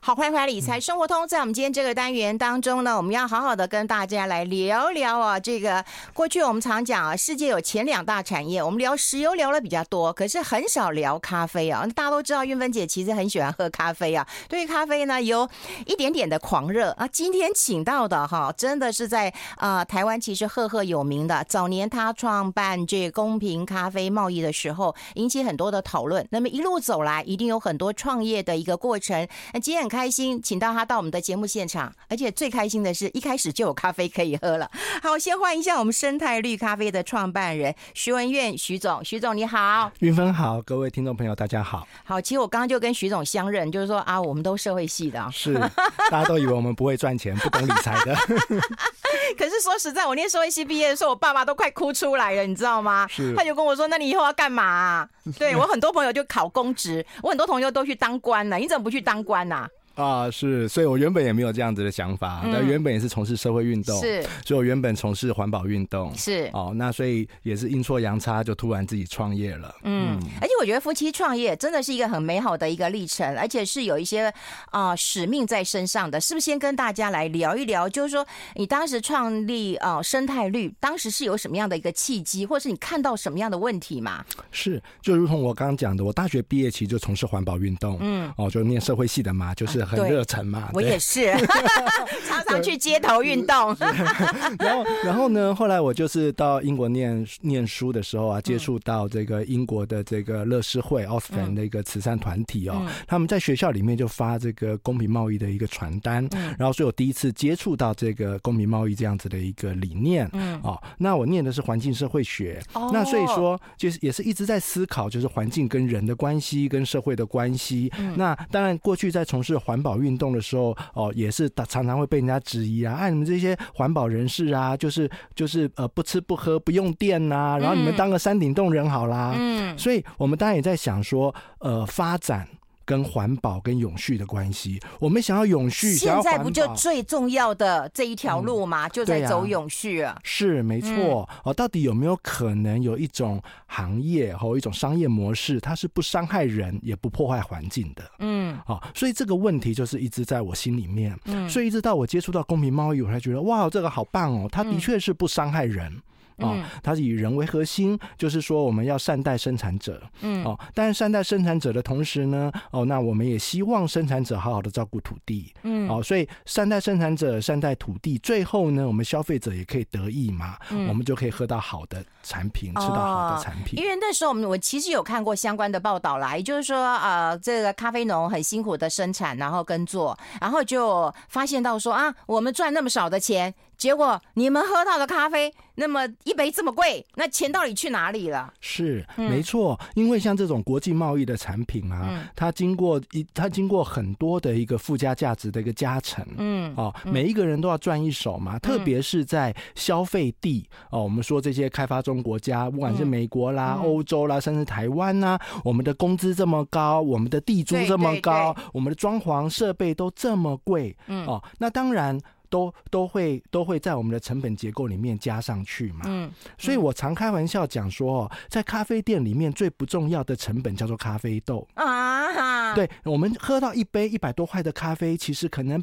好，欢迎回来理财生活通。在我们今天这个单元当中呢，我们要好好的跟大家来聊聊啊，这个过去我们常讲啊，世界有前2大产业，我们聊石油聊了比较多，可是很少聊咖啡啊。大家都知道韵芬姐其实很喜欢喝咖啡啊，对于咖啡呢有一点点的狂热啊。今天请到的哈，真的是在台湾其实赫赫有名的，早年他创办这公平咖啡贸易的时候，引起很多的讨论。那么一路走来，一定有很多创业的一个过程。今天很开心请到他到我们的节目现场，而且最开心的是一开始就有咖啡可以喝了。好，先欢迎一下我们生态绿咖啡的创办人徐文苑徐总。徐总你好。 韵芬好，各位听众朋友大家好。 好，其实我刚刚就跟徐总相认，就是说啊，我们都社会系的是大家都以为我们不会赚钱不懂理财的可是说实在，我念社会系毕业的时候，我爸爸都快哭出来了，你知道吗？他就跟我说，那你以后要干嘛啊？对，我很多朋友就考公职，我很多同学都去当官了，你怎么不去当官啊？ 是，所以我原本也没有这样子的想法，但原本也是从事社会运动， 是， 所以我原本从事环保运动， 是， 那所以也是阴错阳差就突然自己创业了， 而且我觉得夫妻创业真的是一个很美好的一个历程，而且是有一些使命在身上的，是不是？先跟大家来聊一聊，就是说你当时创立生态绿，当时是有什么样的一个契机，或是你看到什么样的问题嘛？ 是，就如同我刚刚讲的，我大学毕业期就从事环保运动，就念社会系的嘛，就是很热忱嘛， 我也是常常去街头运动然后呢，后来我就是到英国念书的时候啊，接触到这个英国的这个乐施会 Oxfam 的一个慈善团体他们在学校里面就发这个公平贸易的一个传单，然后所以我第一次接触到这个公平贸易这样子的一个理念，那我念的是环境社会学，那所以说就是也是一直在思考，就是环境跟人的关系跟社会的关系，那当然过去在从事环保运动的时候也是常常会被人家质疑啊，你们这些环保人士啊，就是不吃不喝不用电啊，然后你们当个山顶洞人好啦，所以我们当然也在想说发展跟环保跟永续的关系，我们想要永续， 现在不就最重要的这一条路吗？就在走永续啊。 是没错，到底有没有可能有一种行业或一种商业模式，它是不伤害人也不破坏环境的？所以这个问题就是一直在我心里面，所以一直到我接触到公平贸易，我才觉得哇，这个好棒哦，它的确是不伤害人。它是以人为核心，就是说我们要善待生产者，但是善待生产者的同时呢，那我们也希望生产者好好的照顾土地，所以善待生产者，善待土地，最后呢，我们消费者也可以得益嘛，我们就可以喝到好的产品，吃到好的产品。 因为那时候我其实有看过相关的报道啦，也就是说这个咖啡农很辛苦的生产，然后耕作，然后就发现到说我们赚那么少的钱，结果你们喝到的咖啡那么一杯这么贵，那钱到底去哪里了？ 是没错，因为像这种国际贸易的产品啊，它经过很多的一个附加价值的一个加成，每一个人都要赚一手嘛，特别是在消费地我们说这些开发中国家，不管是美国啦、欧洲啦，甚至台湾啦，我们的工资这么高，我们的地租这么高，对，我们的装潢设备都这么贵，那当然都会在我们的成本结构里面加上去嘛，所以我常开玩笑讲说，在咖啡店里面最不重要的成本叫做咖啡豆对，我们喝到一杯100多块的咖啡，其实可能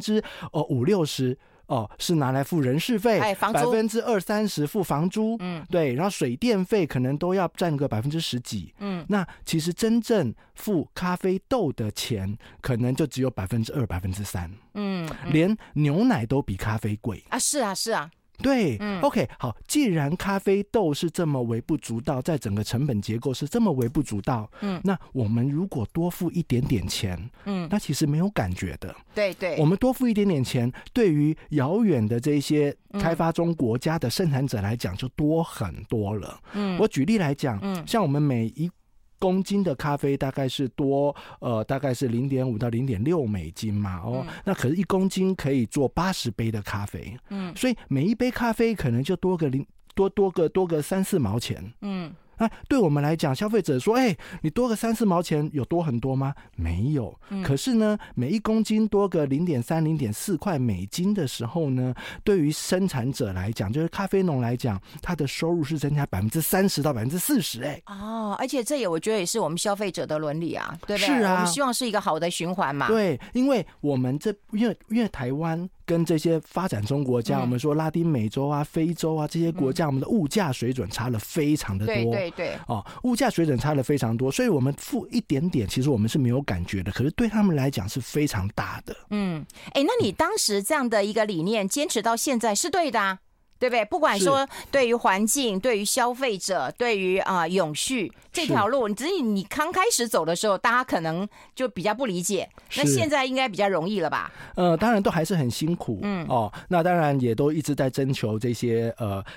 50%-60%是拿来付人事费，20%-30%付房租，对，然后水电费可能都要占个10%几，那其实真正付咖啡豆的钱可能就只有2%-3%，连牛奶都比咖啡贵啊！是啊。 对，OK， 好，既然咖啡豆是这么微不足道，在整个成本结构是这么微不足道，那我们如果多付一点点钱，那其实没有感觉的。 对， 我们多付一点点钱，对于遥远的这些开发中国家的生产者来讲，就多很多了。我举例来讲，像我们每1公斤的咖啡大概是大概是0.5到0.6美金嘛，那可是1公斤可以做80杯的咖啡，所以每一杯咖啡可能就多个3-4毛钱， 那对我们来讲，消费者说，你多个3-4毛钱有多很多吗？没有。可是呢，每1公斤多个0.3、0.4块美金的时候呢，对于生产者来讲，就是咖啡农来讲，他的收入是增加30%到40%。 而且这我觉得也是我们消费者的伦理啊，对不对？ 是啊， 我们希望是一个好的循环嘛。 对，因为我们因为台湾跟这些发展中国家，我们说拉丁美洲啊、非洲啊这些国家，我们的物价水准差了非常的多。 对。 物价水准差了非常多，所以我们付一点点，其实我们是没有感觉的，可是对他们来讲是非常大的。 那你当时这样的一个理念坚持到现在是对的啊。对不对？不管说对于环境、对于消费者、对于永续这条路，只是你刚开始走的时候，大家可能就比较不理解。那现在应该比较容易了吧？ 当然都还是很辛苦。那当然也都一直在征求这些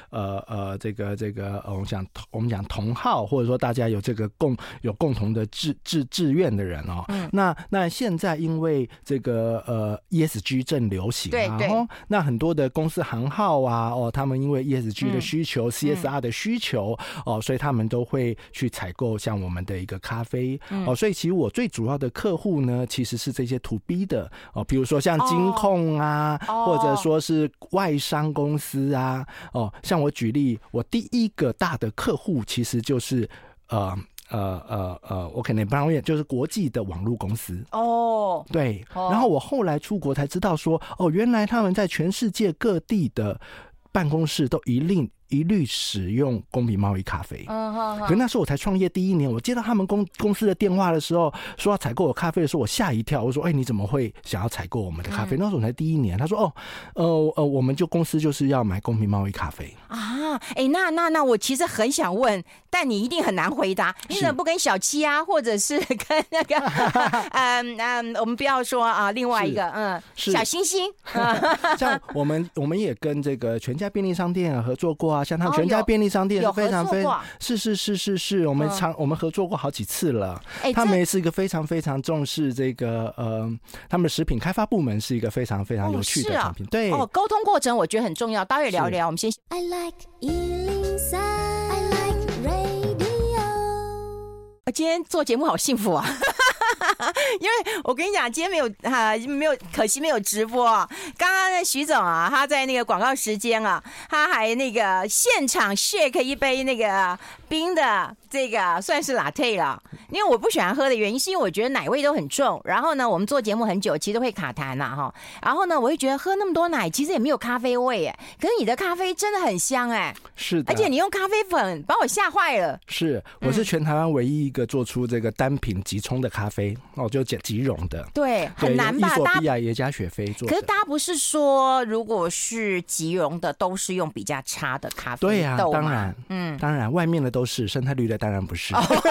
我们讲同好，或者说大家有这个共同的志愿的人哦。那现在因为这个ESG 正流行啊，那很多的公司行号啊，他们因为 ESG 的需求、CSR 的需求所以他们都会去采购像我们的一个咖啡所以其实我最主要的客户呢，其实是这些 To B 的比如说像金控啊，或者说是外商公司啊像我举例，我第一个大的客户其实就是我可能不让问，就是国际的网络公司对。然后我后来出国才知道说原来他们在全世界各地的办公室都一律使用公平贸易咖啡。可是那时候我才创业第1年，我接到他们公司的电话的时候，说要采购我咖啡的时候，我吓一跳。我说你怎么会想要采购我们的咖啡？那时候我才第1年。他说我们公司就是要买公平贸易咖啡啊。那我其实很想问，但你一定很难回答。你怎么不跟小七啊，或者是跟那个我们不要说另外一个小星星像我们也跟这个全家便利商店合作过像他们全家便利商店是非常是我们合作过好几次了。他们也是一个非常非常重视这个他们的食品开发部门是一一个非常非常有趣的产品。对沟通过程我觉得很重要，待会聊一聊。我们先 I like 103 I like radio。 今天做节目好幸福啊因为我跟你讲，今天没有可惜没有直播。刚刚徐总啊，他在那个广告时间啊，他还那个现场 shake 一杯那个冰的，这个算是 latte 了。因为我不喜欢喝的原因是因为我觉得奶味都很重，然后呢我们做节目很久其实会卡痰啦然后呢我会觉得喝那么多奶其实也没有咖啡味耶，可是你的咖啡真的很香哎。 是的， 而且你用咖啡粉把我吓坏了。 是，我是全台湾唯一一个做出这个单品即冲的咖啡就即溶的。 对，很难吧？ 伊索比亚耶加雪菲做的。 可是大家不是说如果是即溶的都是用比较差的咖啡豆？ 对啊，当然当然外面的都是，生态绿的当然不是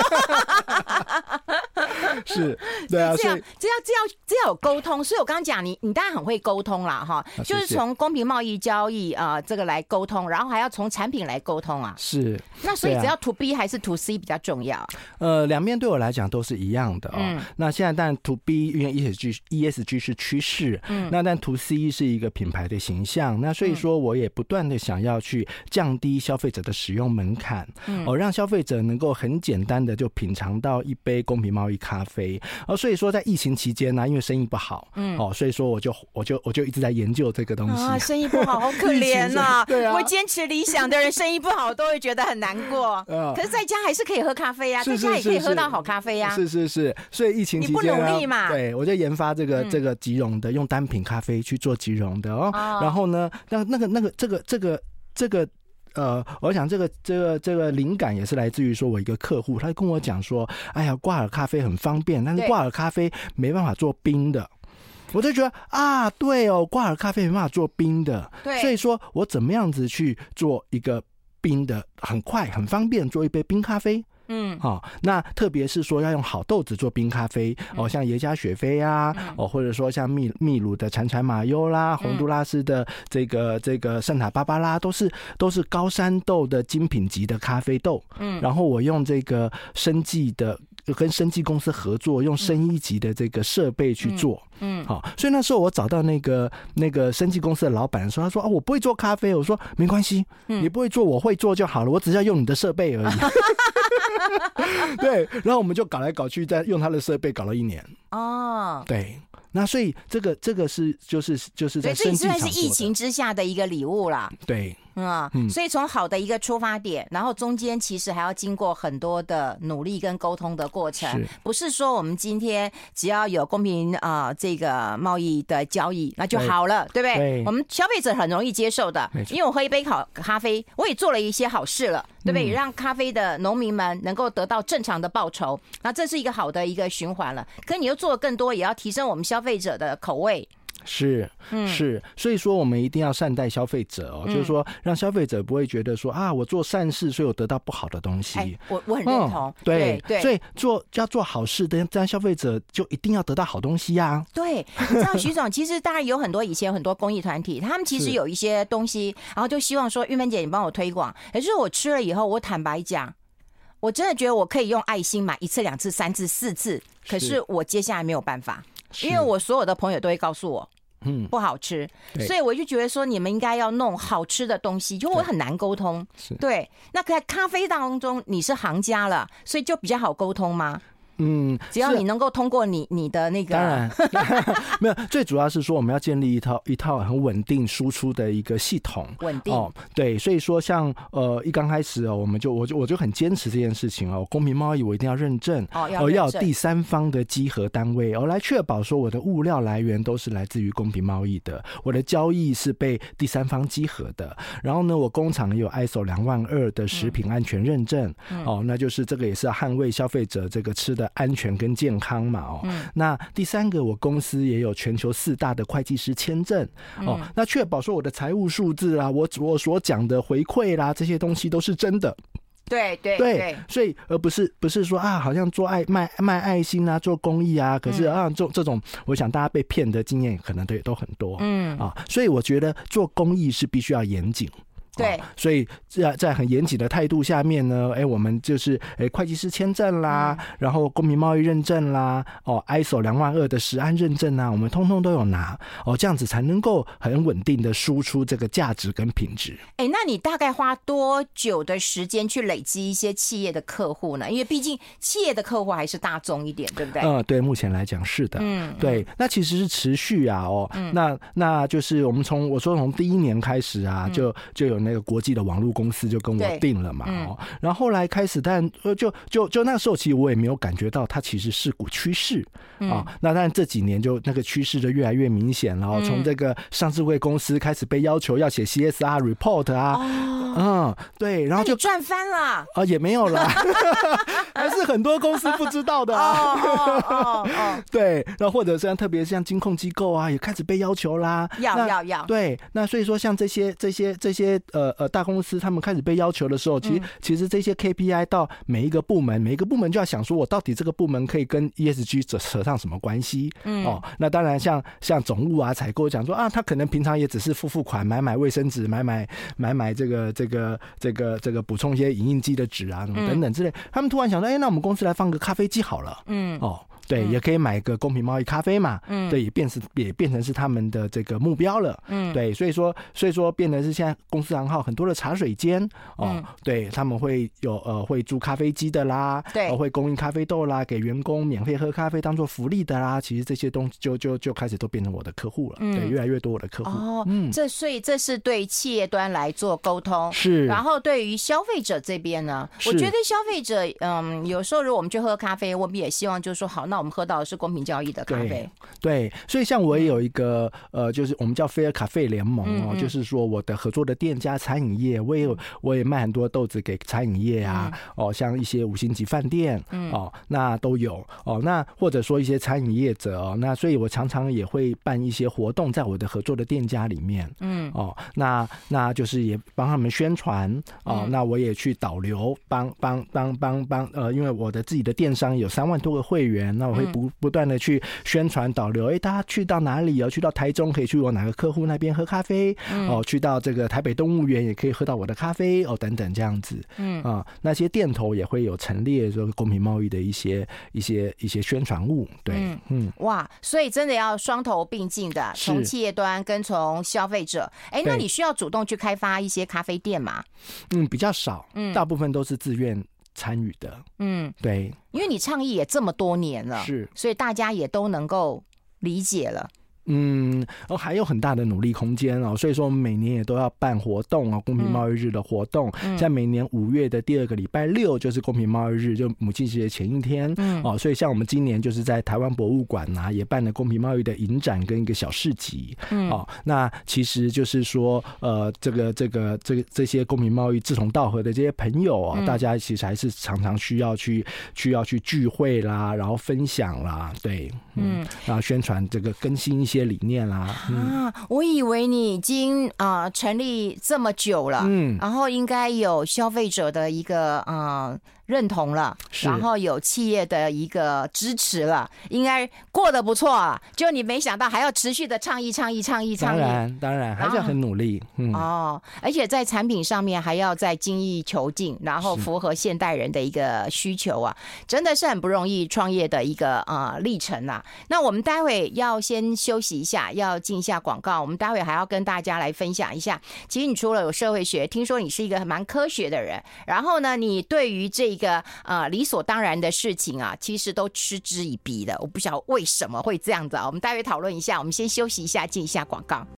是，对啊， 这要有沟通。所以我刚刚讲你当然很会沟通啦就是从公平贸易交易这个来沟通，然后还要从产品来沟通啊。 是， 那所以只要 to B 还是 to C 比较重要？ 两面对我来讲都是一样的那现在当然 to B 因为 ESG 是趋势那但 to C 是一个品牌的形象，那所以说我也不断的想要去降低消费者的使用门槛让消费者能够很简单的就品尝到一杯公平贸易咖啡所以说在疫情期间呢因为生意不好所以说我就一直在研究这个东西生意不好好可怜对啊， 我坚持理想的人生意不好都会觉得很难过可是在家还是可以喝咖啡在家也可以喝到好咖啡是，所以疫情期间你不努力嘛？ 对，我就研发这个即溶的，用单品咖啡去做即溶的然后呢我想这个灵感也是来自于说我一个客户，他跟我讲说，哎呀，挂耳咖啡很方便，但是挂耳咖啡没办法做冰的。我就觉得对挂耳咖啡没办法做冰的，对，所以说我怎么样子去做一个冰的，很快很方便做一杯冰咖啡。那特别是说要用好豆子做冰咖啡像耶加雪菲或者说像秘鲁的产马优啦洪都拉斯的这个圣塔芭芭拉都是高山豆的精品级的咖啡豆然后我用这个生技的跟生技公司合作，用生医级的这个设备去做。好，所以那时候我找到那个生技公司的老板的时候，他说我不会做咖啡，我说没关系，你不会做，我会做就好了，我只是要用你的设备而已。对，然后我们就搞来搞去，再用他的设备搞了1年。哦，对。那所以这个是就是在生技场做的， 所以是疫情之下的一个礼物啦。 对， 所以从好的一个出发点，然后中间其实还要经过很多的努力跟沟通的过程，不是说我们今天只要有公平这个贸易的交易那就好了， 对不对？我们消费者很容易接受的，因为我喝一杯咖啡，我也做了一些好事了，对不对？让咖啡的农民们能够得到正常的报酬，那这是一个好的一个循环了。可你又做更多，也要提升我们消费者的口味。 是，所以说我们一定要善待消费者就是说让消费者不会觉得说我做善事，所以我得到不好的东西。 我很认同， 对，所以要做好事的，这样消费者就一定要得到好东西啊。 对，你知道徐总，其实当然有很多以前有很多公益团体，他们其实有一些东西，然后就希望说玉芬姐你帮我推广，可是我吃了以后，我坦白讲，我真的觉得我可以用爱心买1次、2次、3次、4次，可是我接下来没有办法，因为我所有的朋友都会告诉我不好吃，所以我就觉得说你们应该要弄好吃的东西，就我很难沟通。对，那在咖啡当中你是行家了，所以就比较好沟通吗？只要你能够通过你的那个， 当然没有，最主要是说我们要建立一套很稳定输出的一个系统， 稳定对，所以说像一刚开始我就很坚持这件事情公平贸易我一定要认证要有第三方的稽核单位来确保说我的物料来源都是来自于公平贸易的，我的交易是被第三方稽核的，然后呢我工厂也有 ISO 22000的食品安全认证那就是这个也是要捍卫消费者这个吃的安全跟健康嘛那第3个我公司也有全球4大的会计师签证那确保说我的财务数字啦，我所讲的回馈啦，这些东西都是真的。对，所以而不是说好像做卖爱心啊，做公益啊，可是这种我想大家被骗的经验可能都很多所以我觉得做公益是必须要严谨。 对， 所以在很严谨的态度下面呢，我们就是会计师签证啦，然后公平贸易认证啦，ISO 22000的食安认证啊，我们通通都有拿这样子才能够很稳定的输出这个价值跟品质。 那你大概花多久的时间去累积一些企业的客户呢？因为毕竟企业的客户还是大众一点，对不对？ 对，目前来讲是的。对，那其实是持续那就是我说从第1年开始就有那个国际的网络公司就跟我定了嘛然后后来开始，但就那时候其实我也没有感觉到它其实是股趋势那但这几年就那个趋势就越来越明显了从这个上市柜公司开始被要求要写 CSR report 对，然后就赚翻了也没有啦还是很多公司不知道的对，然后或者像特别像金控机构也开始被要求啦， 要对，那所以说像这些大公司他们开始被要求的时候，其实这些 KPI 到每一个部门就要想说我到底这个部门可以跟 ESG 扯上什么关系那当然像总务采购讲说他可能平常也只是付款买卫生纸买这个补充一些影印机的纸等等之类，他们突然想说那我们公司来放个咖啡机好了对，也可以买个公平贸易咖啡嘛对，也变成是他们的这个目标了对，所以说变成是现在公司行号很多的茶水间对，他们会有会租咖啡机的啦， 对， 会供应咖啡豆啦，给员工免费喝咖啡当做福利的啦，其实这些东西就开始都变成我的客户了对，越来越多我的客户所以这是对企业端来做沟通是， 然后对于消费者这边呢，我觉得消费者有时候如果我们去喝咖啡，我们也希望就是说好，那我们喝到的是公平交易的咖啡对，所以像我也有一个就是我们叫 Fair 咖啡联盟就是说我的合作的店家餐饮业，我也卖很多豆子给餐饮业像一些5星级饭店那都有那或者说一些餐饮业者那所以我常常也会办一些活动在我的合作的店家里面那就是也帮他们宣传那我也去导流帮因为我的自己的电商有3万多个会员那我会不断的去宣传导流，大家去到哪里去到台中可以去我哪个客户那边喝咖啡，去到这个台北动物园也可以喝到我的咖啡等等这样子，那些店头也会有陈列说公平贸易的一些宣传物，对， 哇，所以真的要双头并进的，从企业端跟从消费者，那你需要主动去开发一些咖啡店吗？ 比较少，大部分都是自愿参与的，对， 因为你倡议也这么多年了， 是， 所以大家也都能够理解了。 还有很大的努力空间所以说我们每年也都要办活动公平贸易日的活动，在每年5月的第2个礼拜6就是公平贸易日，就母亲节的前一天，所以像我们今年就是在台湾博物馆也办了公平贸易的影展跟一个小市集，那其实就是说这些公平贸易志同道合的这些朋友大家其实还是常常需要去聚会啦，然后分享啦，对，然后宣传这个更新一些理念啦。 我以为你已经成立这么久了，然后应该有消费者的一个认同了，然后有企业的一个支持了，应该过得不错啊。就你没想到还要持续的倡议。 当然还是要很努力。 而且在产品上面还要再精益求精，然后符合现代人的一个需求啊，真的是很不容易创业的一个历程啊。那我们待会要先休息一下，要进一下广告。我们待会还要跟大家来分享一下，其实你除了有社会学，听说你是一个蛮科学的人，然后呢，你对于这个理所当然的事情其实都嗤之以鼻的。我不晓得为什么会这样子我们待会讨论一下。我们先休息一下，进一下广告。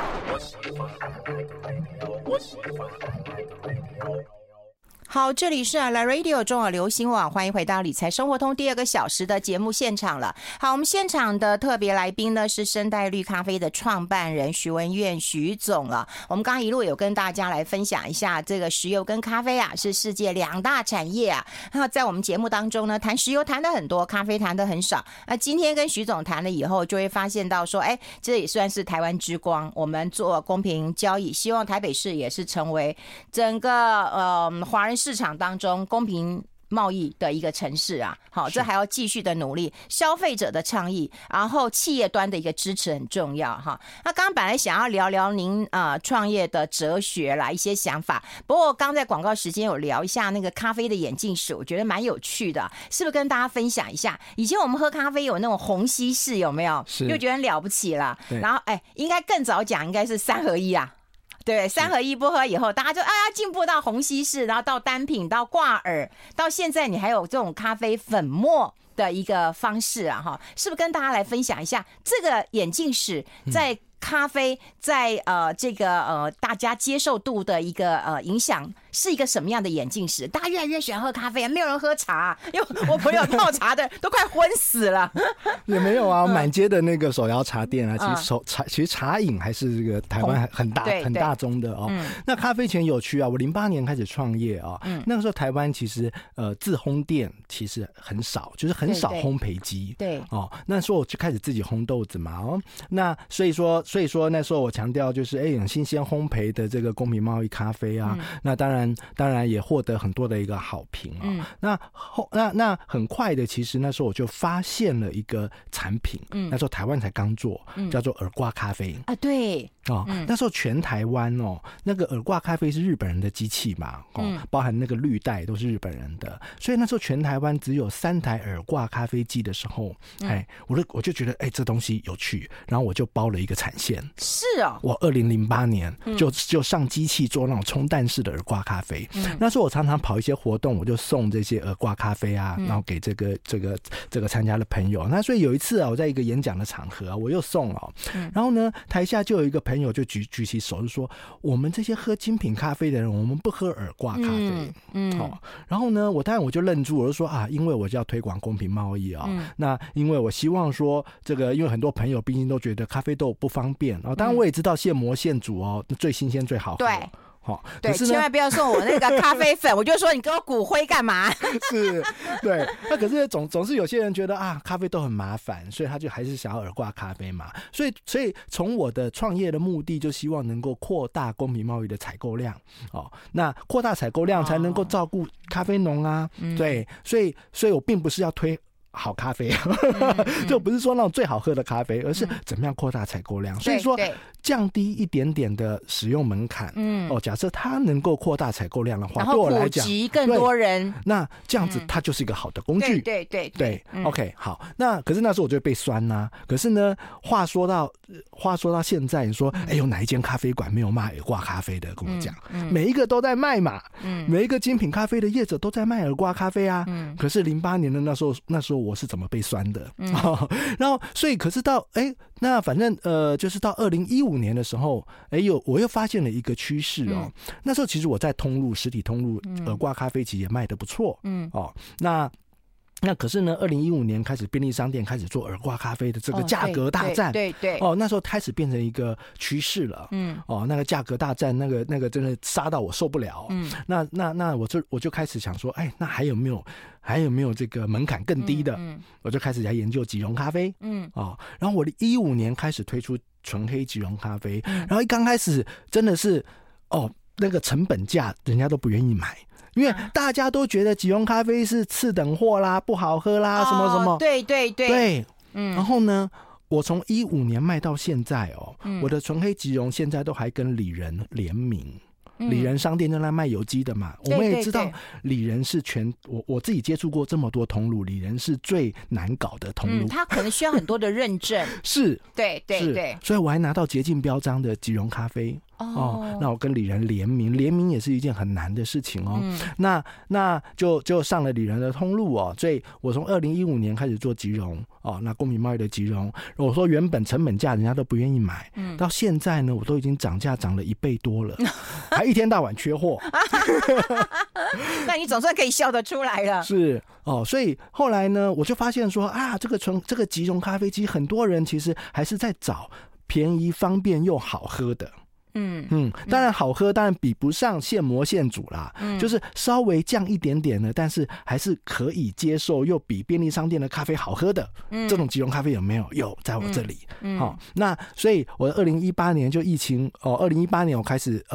好，这里是来 Radio 中耳流行网，欢迎回到理财生活通第2个小时的节目现场了。好，我们现场的特别来宾呢是生态绿咖啡的创办人徐文苑徐总了。我们刚刚一路有跟大家来分享一下，这个石油跟咖啡是世界2大产业那在我们节目当中呢，谈石油谈的很多，咖啡谈的很少。那今天跟徐总谈了以后，就会发现到说，这也算是台湾之光。我们做公平交易，希望台北市也是成为整个华人市场当中公平贸易的一个城市好，这还要继续的努力，消费者的倡议，然后企业端的一个支持很重要那刚刚本来想要聊聊您创业的哲学啦，一些想法，不过刚在广告时间有聊一下那个咖啡的演进史，我觉得蛮有趣的，是不是跟大家分享一下？以前我们喝咖啡有那种虹吸式，有没有？就觉得很了不起了。然后应该更早讲，应该是3合1对，3合1不喝以后，大家就进步到虹吸式，然后到单品，到挂耳，到现在你还有这种咖啡粉末的一个方式是不是跟大家来分享一下这个演进史，在咖啡在这个大家接受度的一个影响是一个什么样的演进史？大家越来越喜欢喝咖啡没有人喝茶因为我朋友泡茶的都快昏死了。 也没有满街的那个手摇茶店其实茶饮还是这个台湾很大宗的那咖啡前有趣我08年开始创业那个时候台湾其实自烘店其实很少，就是很少烘焙机， 对那时候我就开始自己烘豆子嘛那所以说那时候我强调就是很新鲜烘焙的这个公平贸易咖啡那当然也获得很多的一个好评那很快的，其实那时候我就发现了一个产品那时候台湾才刚做叫做耳挂咖啡对那时候全台湾那个耳挂咖啡是日本人的机器嘛包含那个滤袋都是日本人的，所以那时候全台湾只有3台耳挂咖啡机的时候我就觉得这东西有趣，然后我就包了一个产线。 是我2008年就上机器做那种冲淡式的耳挂咖啡那时候我常常跑一些活动，我就送这些耳挂咖啡然后给这个参加的朋友。那所以有一次我在一个演讲的场合我又送然后呢台下就有一个朋友就举起手就说，我们这些喝精品咖啡的人，我们不喝耳挂咖啡然后呢当然我就愣住，我就说因为我就要推广公平贸易那因为我希望说这个，因为很多朋友毕竟都觉得咖啡豆不方便当然我也知道现磨现煮最新鲜最好喝， 对，千万不要送我那个咖啡粉我就说你给我骨灰干嘛是，对，那可是总是有些人觉得咖啡豆很麻烦，所以他就还是想要耳挂咖啡嘛，所以从我的创业的目的就希望能够扩大公平贸易的采购量那扩大采购量才能够照顾咖啡农对，所以我并不是要推好咖啡，就不是说那种最好喝的咖啡，而是怎么样扩大采购量。所以说降低一点点的使用门槛，假设它能够扩大采购量的话，对我来讲， 普及更多人， 那这样子它就是一个好的工具。对，OK， 好。那可是那时候我就会被酸啊。可是呢，话说到现在，你说，有哪一间咖啡馆没有卖耳挂咖啡的？跟我讲，每一个都在卖嘛，每一个精品咖啡的业者都在卖耳挂咖啡啊。可是08年的那时候我是怎么被酸的？然后所以可是到那反正就是到2015年的时候，我又发现了一个趋势哦。那时候其实我在实体通路耳挂咖啡其实也卖得不错，那可是呢，2015年开始便利商店开始做耳挂咖啡的这个价格大战， 对， 那时候开始变成一个趋势了，那个价格大战，那个真的杀到我受不了，那我就开始想说，那还有没有这个门槛更低的？我就开始来研究即溶咖啡，然后我15年开始推出纯黑即溶咖啡，然后一刚开始真的是那个成本价人家都不愿意买。因为大家都觉得即溶咖啡是次等货啦，不好喝啦，什么什么。对，然后呢，我从15年卖到现在我的纯黑即溶现在都还跟里仁联名。里仁商店正在卖有机的嘛，我们也知道里仁是我自己接触过这么多通路，里仁是最难搞的通路， 它可能需要很多的认证。 是， 对， 所以我还拿到洁净标章的即溶咖啡。那我跟里仁联名也是一件很难的事情那就上了里仁的通路所以我从2015年开始做即溶那公平贸易的即溶，我说原本成本价人家都不愿意买，到现在呢我都已经涨价涨了1倍多了，还一天到晚缺货。 那你总算可以笑得出来了。 是所以后来呢我就发现说这个即溶咖啡机很多人其实还是在找便宜方便又好喝的。当然好喝，当然比不上现磨现煮啦，就是稍微降一点点的，但是还是可以接受，又比便利商店的咖啡好喝的，这种即溶咖啡有没有？有，在我这里。那所以我2018年就疫情2018年我开始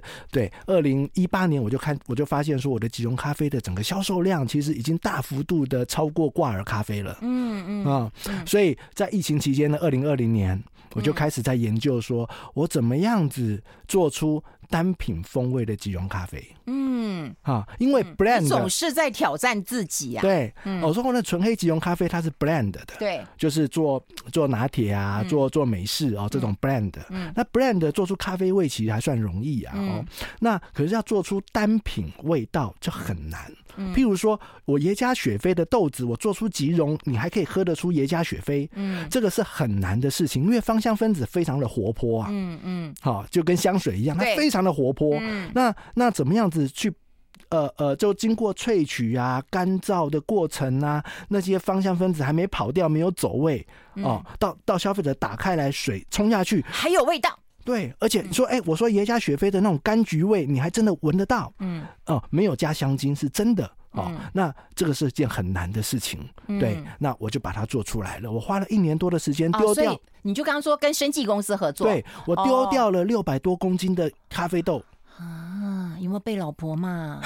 2018年我就发现说我的即溶咖啡的整个销售量其实已经大幅度的超过挂耳咖啡了。所以在疫情期间的2020年。我就开始在研究说我怎么样子做出单品风味的即溶咖啡。因为 blend 你总是在挑战自己啊。 对，我说过那纯黑即溶咖啡它是 blend 的， 对， 就是做拿铁啊，做美式这种 blend。那 blend 做出咖啡味其实还算容易啊。那可是要做出单品味道就很难。譬如说我耶加雪菲的豆子我做出即溶，你还可以喝得出耶加雪菲，这个是很难的事情，因为芳香分子非常的活泼啊。就跟香水一样，它非常的活泼。那怎么样子去就经过萃取啊、干燥的过程啊，那些芳香分子还没跑掉、没有走味到消费者打开来，水冲下去还有味道。 对，而且你说我说耶加雪菲的那种柑橘味你还真的闻得到。没有加香精是真的。那这个是件很难的事情。对，那我就把它做出来了，我花了1年多的时间丢掉。 所以你就刚刚说跟生技公司合作。 对，我丢掉了600多公斤的咖啡豆。 有没有被老婆骂？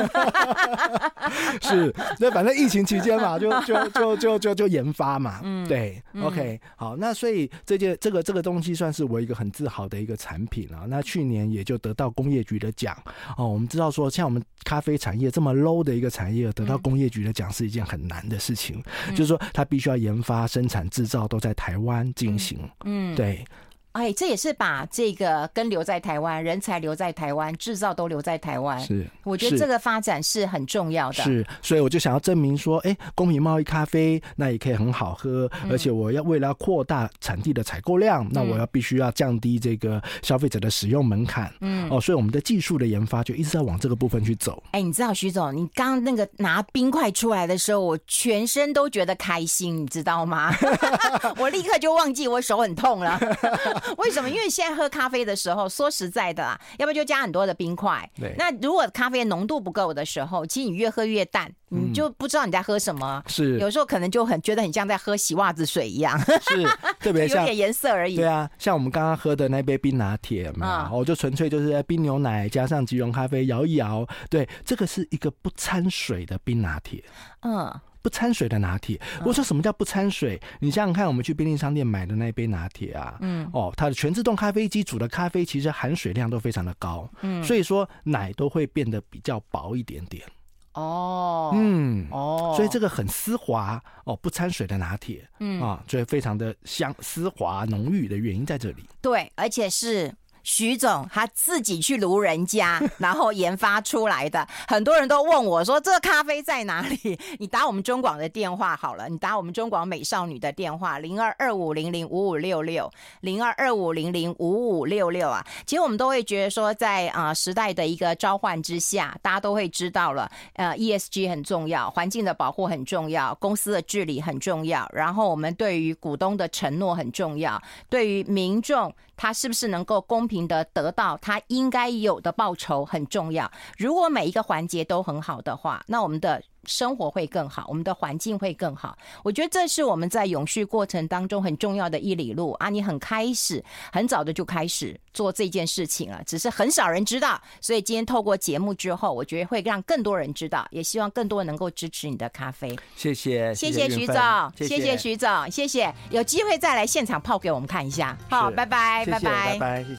是，那反正疫情期间嘛，就研发嘛。对，OK， 好，那所以这个东西算是我一个很自豪的一个产品啊。那去年也就得到工业局的奖我们知道说，像我们咖啡产业这么 low 的一个产业，得到工业局的奖是一件很难的事情。就是说，它必须要研发、生产、制造都在台湾进行。对。 这也是把这个根留在台湾，人才留在台湾，制造都留在台湾。 是， 我觉得这个发展是很重要的。 是，所以我就想要证明说，公平贸易咖啡那也可以很好喝，而且我要为了要扩大产地的采购量，那我必须要降低这个消费者的使用门槛。所以我们的技术的研发就一直在往这个部分去走。 你知道徐总，你刚刚那个拿冰块出来的时候，我全身都觉得开心，你知道吗？我立刻就忘记我手很痛了。为什么？因为现在喝咖啡的时候，说实在的要不然就加很多的冰块。那如果咖啡浓度不够的时候，其实你越喝越淡，你就不知道你在喝什么。 是， 有时候可能就觉得很像在喝洗袜子水一样。 是，特别像有点颜色而已。 对啊，像我们刚刚喝的那杯冰拿铁我就纯粹就是冰牛奶加上即溶咖啡摇一摇。对，这个是一个不掺水的冰拿铁。 不掺水的拿铁。我说什么叫不掺水？你想想看，我们去便利商店买的那杯拿铁啊，它的全自动咖啡机煮的咖啡其实含水量都非常的高，所以说奶都会变得比较薄一点点。所以这个很丝滑不掺水的拿铁，所以非常的香、丝滑、浓郁的原因在这里。 对，而且是徐总他自己去撸人家然后研发出来的。很多人都问我说这个咖啡在哪里，你打我们中广的电话好了，你打我们中广美少女的电话0225005566 0225005566啊。其实我们都会觉得说在时代的一个召唤之下，大家都会知道了ESG 很重要，环境的保护很重要，公司的治理很重要，然后我们对于股东的承诺很重要，对于民众他是不是能够公平的得到他应该有的报酬很重要。如果每一个环节都很好的话，那我们的生活会更好，我们的环境会更好。我觉得这是我们在永续过程当中很重要的一里路啊！你很早的就开始做这件事情了，只是很少人知道。所以今天透过节目之后，我觉得会让更多人知道，也希望更多人能够支持你的咖啡。 谢谢徐总，谢谢徐总，谢谢。有机会再来现场泡给我们看一下。好，拜拜， 拜拜，拜拜。